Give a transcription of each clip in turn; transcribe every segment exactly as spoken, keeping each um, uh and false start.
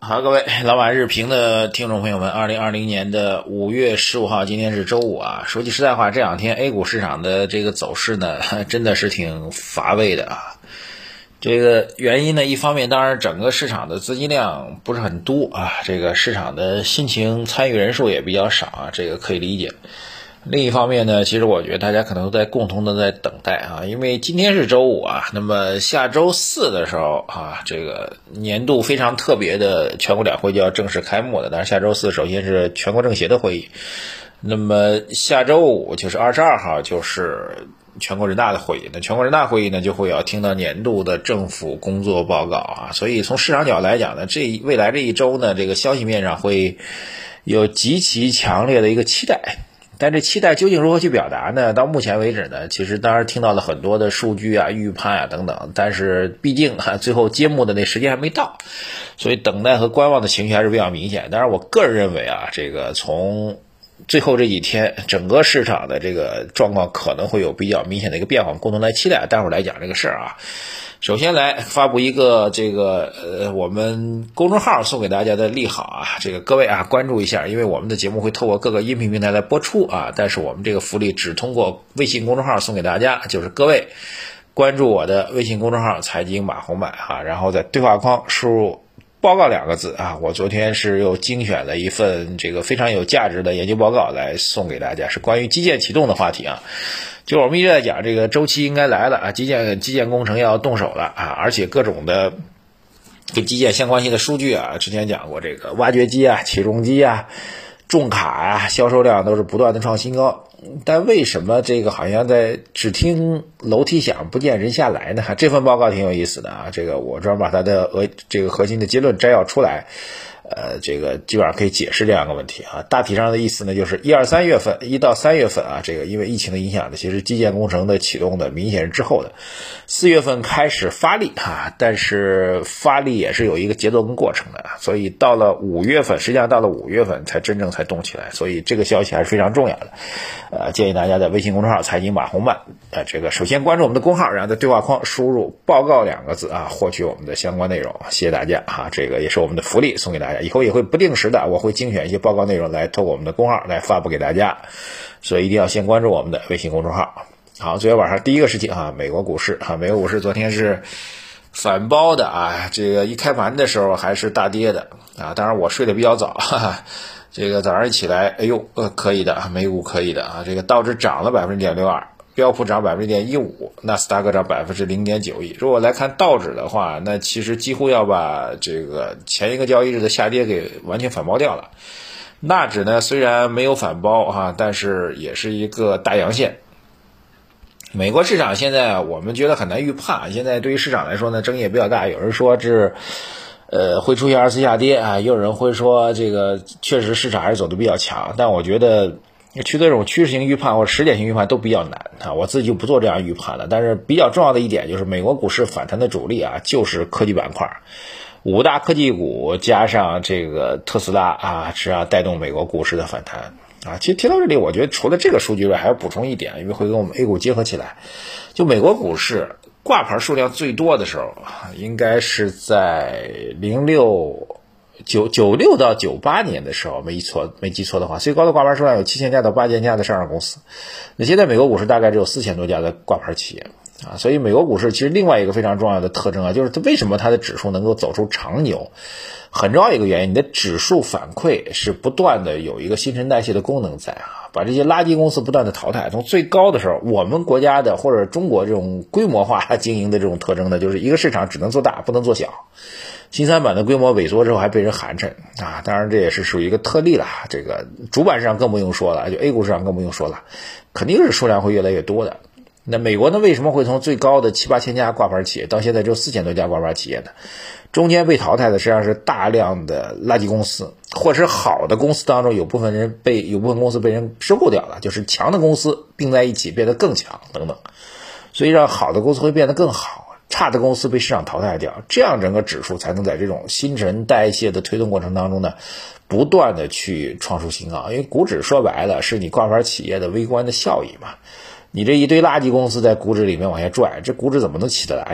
好，各位老马日评的听众朋友们，二零二零年的五月十五号，今天是周五啊。说句实在话，这两天 A 股市场的这个走势呢，真的是挺乏味的啊。这个原因呢，一方面当然整个市场的资金量不是很多啊，这个市场的心情参与人数也比较少啊，这个可以理解。另一方面呢，其实我觉得大家可能都在共同的在等待啊，因为今天是周五啊，那么下周四的时候啊，这个年度非常特别的全国两会就要正式开幕了。但是下周四首先是全国政协的会议，那么下周五就是二十二号就是全国人大的会议。那全国人大会议呢，就会要听到年度的政府工作报告啊，所以从市场角度来讲呢，这未来这一周呢，这个消息面上会有极其强烈的一个期待。但这期待究竟如何去表达呢？到目前为止呢，其实当然听到了很多的数据啊、预判啊等等，但是毕竟啊，最后揭幕的那时间还没到，所以等待和观望的情绪还是比较明显。当然，我个人认为啊，这个从最后这几天整个市场的这个状况可能会有比较明显的一个变化，共同来期待。待会儿来讲这个事儿啊。首先来发布一个这个呃我们公众号送给大家的利好啊，这个各位啊关注一下，因为我们的节目会透过各个音频平台来播出啊，但是我们这个福利只通过微信公众号送给大家，就是各位关注我的微信公众号财经马红版啊，然后在对话框输入报告两个字啊，我昨天是又精选了一份这个非常有价值的研究报告来送给大家，是关于基建启动的话题啊。就是我们一直在讲这个周期应该来了啊，基建基建工程要动手了啊，而且各种的跟基建相关性的数据啊，之前讲过这个挖掘机啊、起重机啊、重卡啊，销售量都是不断的创新高。但为什么这个好像在只听楼梯响不见人下来呢？这份报告挺有意思的啊，这个我专门把它的呃这个核心的结论摘要出来。呃，这个基本上可以解释这样一个问题啊。大体上的意思呢，就是一二三月份，一到三月份啊，这个因为疫情的影响呢，其实基建工程的启动的明显是滞后的。四月份开始发力啊，但是发力也是有一个节奏跟过程的，所以到了五月份，实际上到了五月份才真正才动起来，所以这个消息还是非常重要的。呃，建议大家在微信公众号财经马红版，呃，这个首先关注我们的公号，然后在对话框输入报告两个字啊，获取我们的相关内容。谢谢大家啊，这个也是我们的福利送给大家。以后也会不定时的，我会精选一些报告内容来透过我们的公号来发布给大家，所以一定要先关注我们的微信公众号。好，昨天晚上第一个事情啊，美国股市啊，美国股市昨天是反包的啊，这个一开盘的时候还是大跌的啊，当然我睡得比较早，哈哈，这个早上一起来，哎呦，呃，可以的，美股可以的啊，这个道指涨了 百分之零点六二。标普涨 百分之零点一五， 纳斯达克涨 百分之零点九一。如果来看道指的话，那其实几乎要把这个前一个交易日的下跌给完全反包掉了。纳指呢虽然没有反包啊，但是也是一个大阳线。美国市场现在我们觉得很难预判，现在对于市场来说呢，争议也比较大，有人说是呃会出现二次下跌啊，也有人会说这个确实市场还是走得比较强，但我觉得去做这种趋势性预判或者时点性预判都比较难啊，我自己就不做这样预判了。但是比较重要的一点就是，美国股市反弹的主力啊，就是科技板块，五大科技股加上这个特斯拉啊，是要带动美国股市的反弹啊。其实听到这里，我觉得除了这个数据外，还要补充一点，因为会跟我们 A 股结合起来，就美国股市挂牌数量最多的时候，应该是在零六。九九六到九八年的时候，没记错没记错的话，最高的挂牌数量有七千家到八千家的上市公司。那现在美国股市大概只有四千多家的挂牌企业啊，所以美国股市其实另外一个非常重要的特征啊，就是它为什么它的指数能够走出长牛，很重要一个原因，你的指数反馈是不断的有一个新陈代谢的功能在啊，把这些垃圾公司不断的淘汰。从最高的时候，我们国家的或者中国这种规模化经营的这种特征呢，就是一个市场只能做大不能做小。新三板的规模萎缩之后还被人寒碜啊，当然这也是属于一个特例了，这个主板市场更不用说了，就 A 股市场更不用说了，肯定是数量会越来越多的。那美国呢，为什么会从最高的七八千家挂牌企业到现在只有四千多家挂牌企业呢？中间被淘汰的实际上是大量的垃圾公司，或者是好的公司当中有部分人被有部分公司被人收购掉了，就是强的公司并在一起变得更强等等，所以让好的公司会变得更好，差的公司被市场淘汰掉，这样整个指数才能在这种新陈代谢的推动过程当中呢，不断的去创出新高。因为股指说白了是你挂牌企业的微观的效益嘛，你这一堆垃圾公司在股指里面往下转，这股指怎么能起得来呢？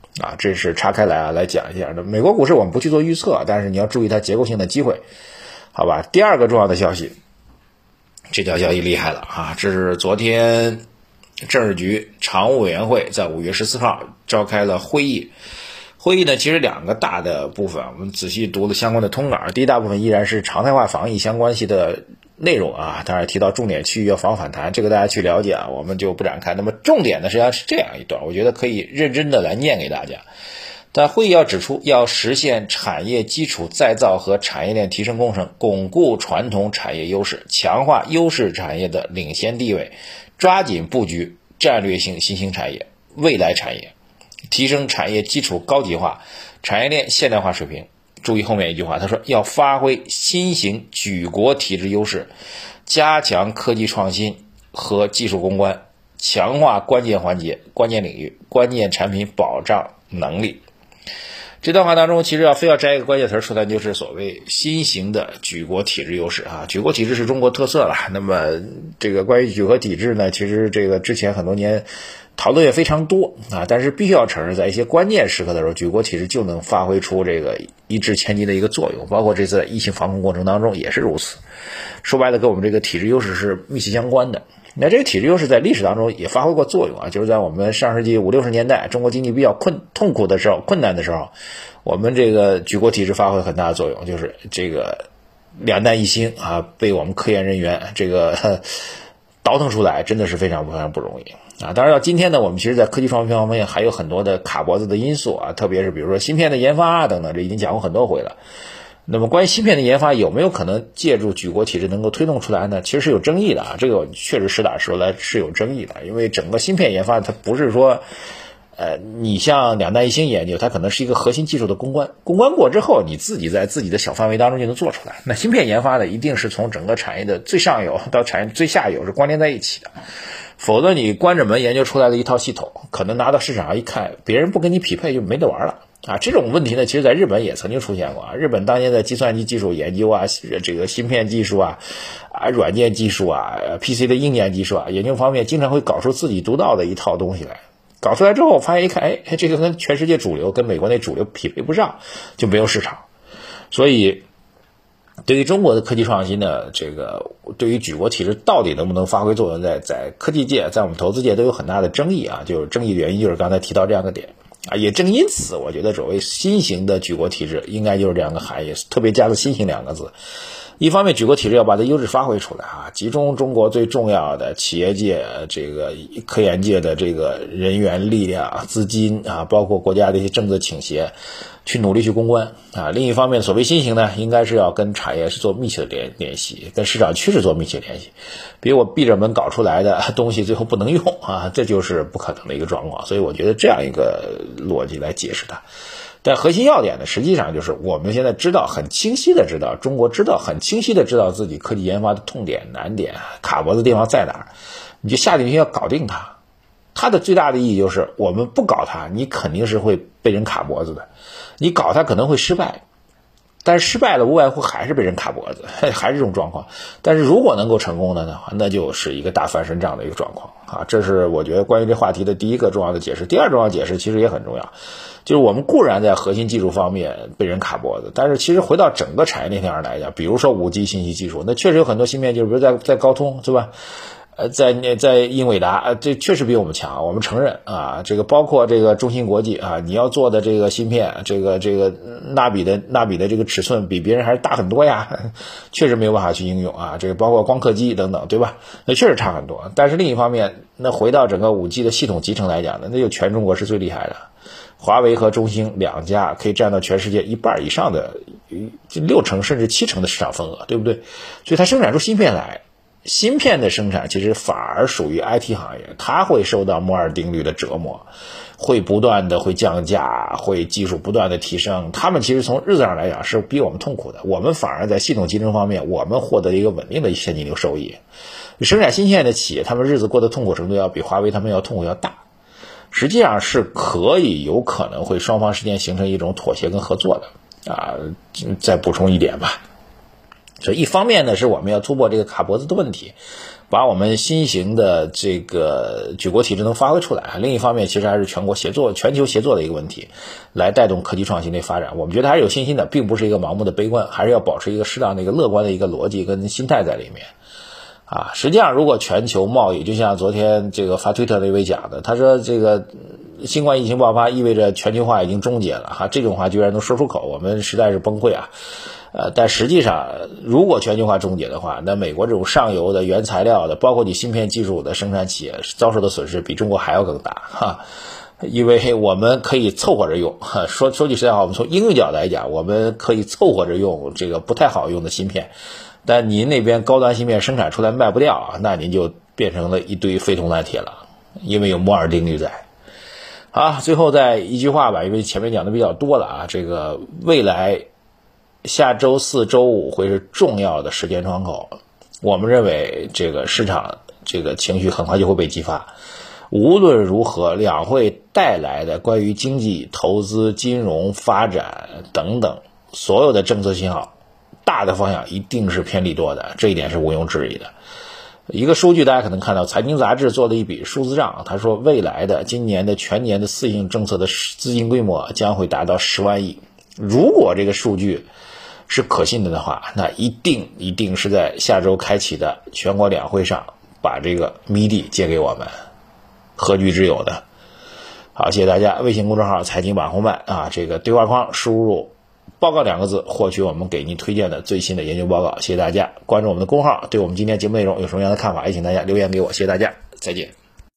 啊，这是岔开来啊来讲一下的。美国股市我们不去做预测，但是你要注意它结构性的机会，好吧？第二个重要的消息，这条消息厉害了啊！这是昨天政治局常务委员会在五月十四号召开了会议。会议呢，其实两个大的部分，我们仔细读了相关的通稿。第一大部分依然是常态化防疫相关系的内容啊，当然提到重点区域要防反弹，这个大家去了解啊，我们就不展开。那么重点呢，实际上是这样一段，我觉得可以认真的来念给大家。但会议要指出，要实现产业基础再造和产业链提升工程，巩固传统产业优势，强化优势产业的领先地位，抓紧布局战略性新兴产业、未来产业，提升产业基础高级化、产业链现代化水平。注意后面一句话，他说要发挥新型举国体制优势，加强科技创新和技术攻关，强化关键环节、关键领域、关键产品保障能力。这段话当中，其实要非要摘一个关键词出来，就是所谓新型的举国体制优势啊。举国体制是中国特色了。那么这个关于举国体制呢，其实这个之前很多年讨论也非常多啊，但是必须要承认，在一些关键时刻的时候，举国体制就能发挥出这个一掷千金的一个作用，包括这次疫情防控过程当中也是如此。说白了，跟我们这个体制优势是密切相关的。那这个体制优势在历史当中也发挥过作用啊，就是在我们上世纪五六十年代，中国经济比较困痛苦的时候、困难的时候，我们这个举国体制发挥很大的作用，就是这个两弹一星啊，被我们科研人员这个呵倒腾出来，真的是非常非常不容易啊。当然到今天呢，我们其实在科技创新方面还有很多的卡脖子的因素啊，特别是比如说芯片的研发啊等等，这已经讲过很多回了。那么关于芯片的研发有没有可能借助举国体制能够推动出来呢？其实是有争议的啊，这个确实实打实说来是有争议的，因为整个芯片研发它不是说呃，你像两弹一星研究，它可能是一个核心技术的攻关，攻关过之后你自己在自己的小范围当中就能做出来。那芯片研发呢，一定是从整个产业的最上游到产业最下游是关联在一起的，否则你关着门研究出来的一套系统，可能拿到市场上一看，别人不跟你匹配就没得玩了啊。这种问题呢，其实在日本也曾经出现过啊。日本当年在计算机技术研究啊，这个芯片技术啊，啊软件技术啊 ，P C 的硬件技术啊，研究方面经常会搞出自己独到的一套东西来。搞出来之后发现一看，哎，这个跟全世界主流跟美国那主流匹配不上，就没有市场。所以对于中国的科技创新呢，这个对于举国体制到底能不能发挥作用，在在科技界，在我们投资界都有很大的争议啊。就是争议的原因就是刚才提到这样的点啊，也正因此，我觉得所谓新型的举国体制应该就是这样的含义，特别加了新型两个字。一方面举国体制要把它优势发挥出来啊，集中中国最重要的企业界、这个科研界的这个人员力量、资金啊，包括国家的一些政策倾斜，去努力去攻关啊。另一方面，所谓新型呢，应该是要跟产业是做密切的联联系，跟市场趋势做密切联系。比如我闭着门搞出来的东西最后不能用啊，这就是不可能的一个状况。所以我觉得这样一个逻辑来解释它。但核心要点呢，实际上就是我们现在知道，很清晰的知道，中国知道很清晰的知道自己科技研发的痛点、难点、卡脖子地方在哪儿，你就下定决心要搞定它。它的最大的意义就是，我们不搞它，你肯定是会被人卡脖子的。你搞它可能会失败，但是失败了无外乎还是被人卡脖子，还是这种状况。但是如果能够成功的呢，那就是一个大翻身仗的一个状况啊。这是我觉得关于这话题的第一个重要的解释。第二重要解释其实也很重要。就是我们固然在核心技术方面被人卡脖子，但是其实回到整个产业链上来讲，比如说 五 G 信息技术，那确实有很多芯片，就是比如在在高通，是吧？呃，在在英伟达，呃，这确实比我们强，我们承认啊。这个包括这个中芯国际啊，你要做的这个芯片，这个这个纳比的纳比的这个尺寸比别人还是大很多呀，确实没有办法去应用啊。这个包括光刻机等等，对吧？那确实差很多。但是另一方面，那回到整个 五 G 的系统集成来讲呢，那就全中国是最厉害的。华为和中兴两家可以占到全世界一半以上的六成甚至七成的市场份额，对不对？所以它生产出芯片来，芯片的生产其实反而属于 I T 行业，它会受到摩尔定律的折磨，会不断的会降价，会技术不断的提升。他们其实从日子上来讲是比我们痛苦的，我们反而在系统集成方面，我们获得一个稳定的现金流收益。生产芯片的企业，他们日子过得痛苦程度要比华为他们要痛苦要大。实际上是可以有可能会双方之间形成一种妥协跟合作的啊。再补充一点吧， 所以一方面呢，是我们要突破这个卡脖子的问题，把我们新型的这个举国体制能发挥出来。另一方面，其实还是全国协作、全球协作的一个问题，来带动科技创新的发展。我们觉得还是有信心的，并不是一个盲目的悲观，还是要保持一个适当的一个乐观的一个逻辑跟心态在里面。啊，实际上，如果全球贸易，就像昨天这个发推特那位讲的，他说这个新冠疫情爆发意味着全球化已经终结了哈，这种话居然能说出口，我们实在是崩溃啊。呃，但实际上，如果全球化终结的话，那美国这种上游的原材料的，包括你芯片技术的生产企业遭受的损失比中国还要更大哈。因为我们可以凑合着用，说说句实在话，我们从应用角度来讲，我们可以凑合着用这个不太好用的芯片，但您那边高端芯片生产出来卖不掉，那您就变成了一堆废铜烂铁了，因为有摩尔定律在。好，最后再一句话吧，因为前面讲的比较多了啊，这个未来下周四周五会是重要的时间窗口，我们认为这个市场这个情绪很快就会被激发。无论如何，两会带来的关于经济、投资、金融发展等等所有的政策信号，大的方向一定是偏利多的，这一点是毋庸置疑的。一个数据大家可能看到，财经杂志做了一笔数字账，他说未来的今年的全年的私营政策的资金规模将会达到十万亿。如果这个数据是可信的的话，那一定一定是在下周开启的全国两会上把这个迷弟借给我们，何惧之有的。好，谢谢大家。微信公众号财经马红漫啊，这个对话框输入报告两个字，获取我们给您推荐的最新的研究报告。谢谢大家关注我们的公号，对我们今天节目内容有什么样的看法，也请大家留言给我。谢谢大家，再见。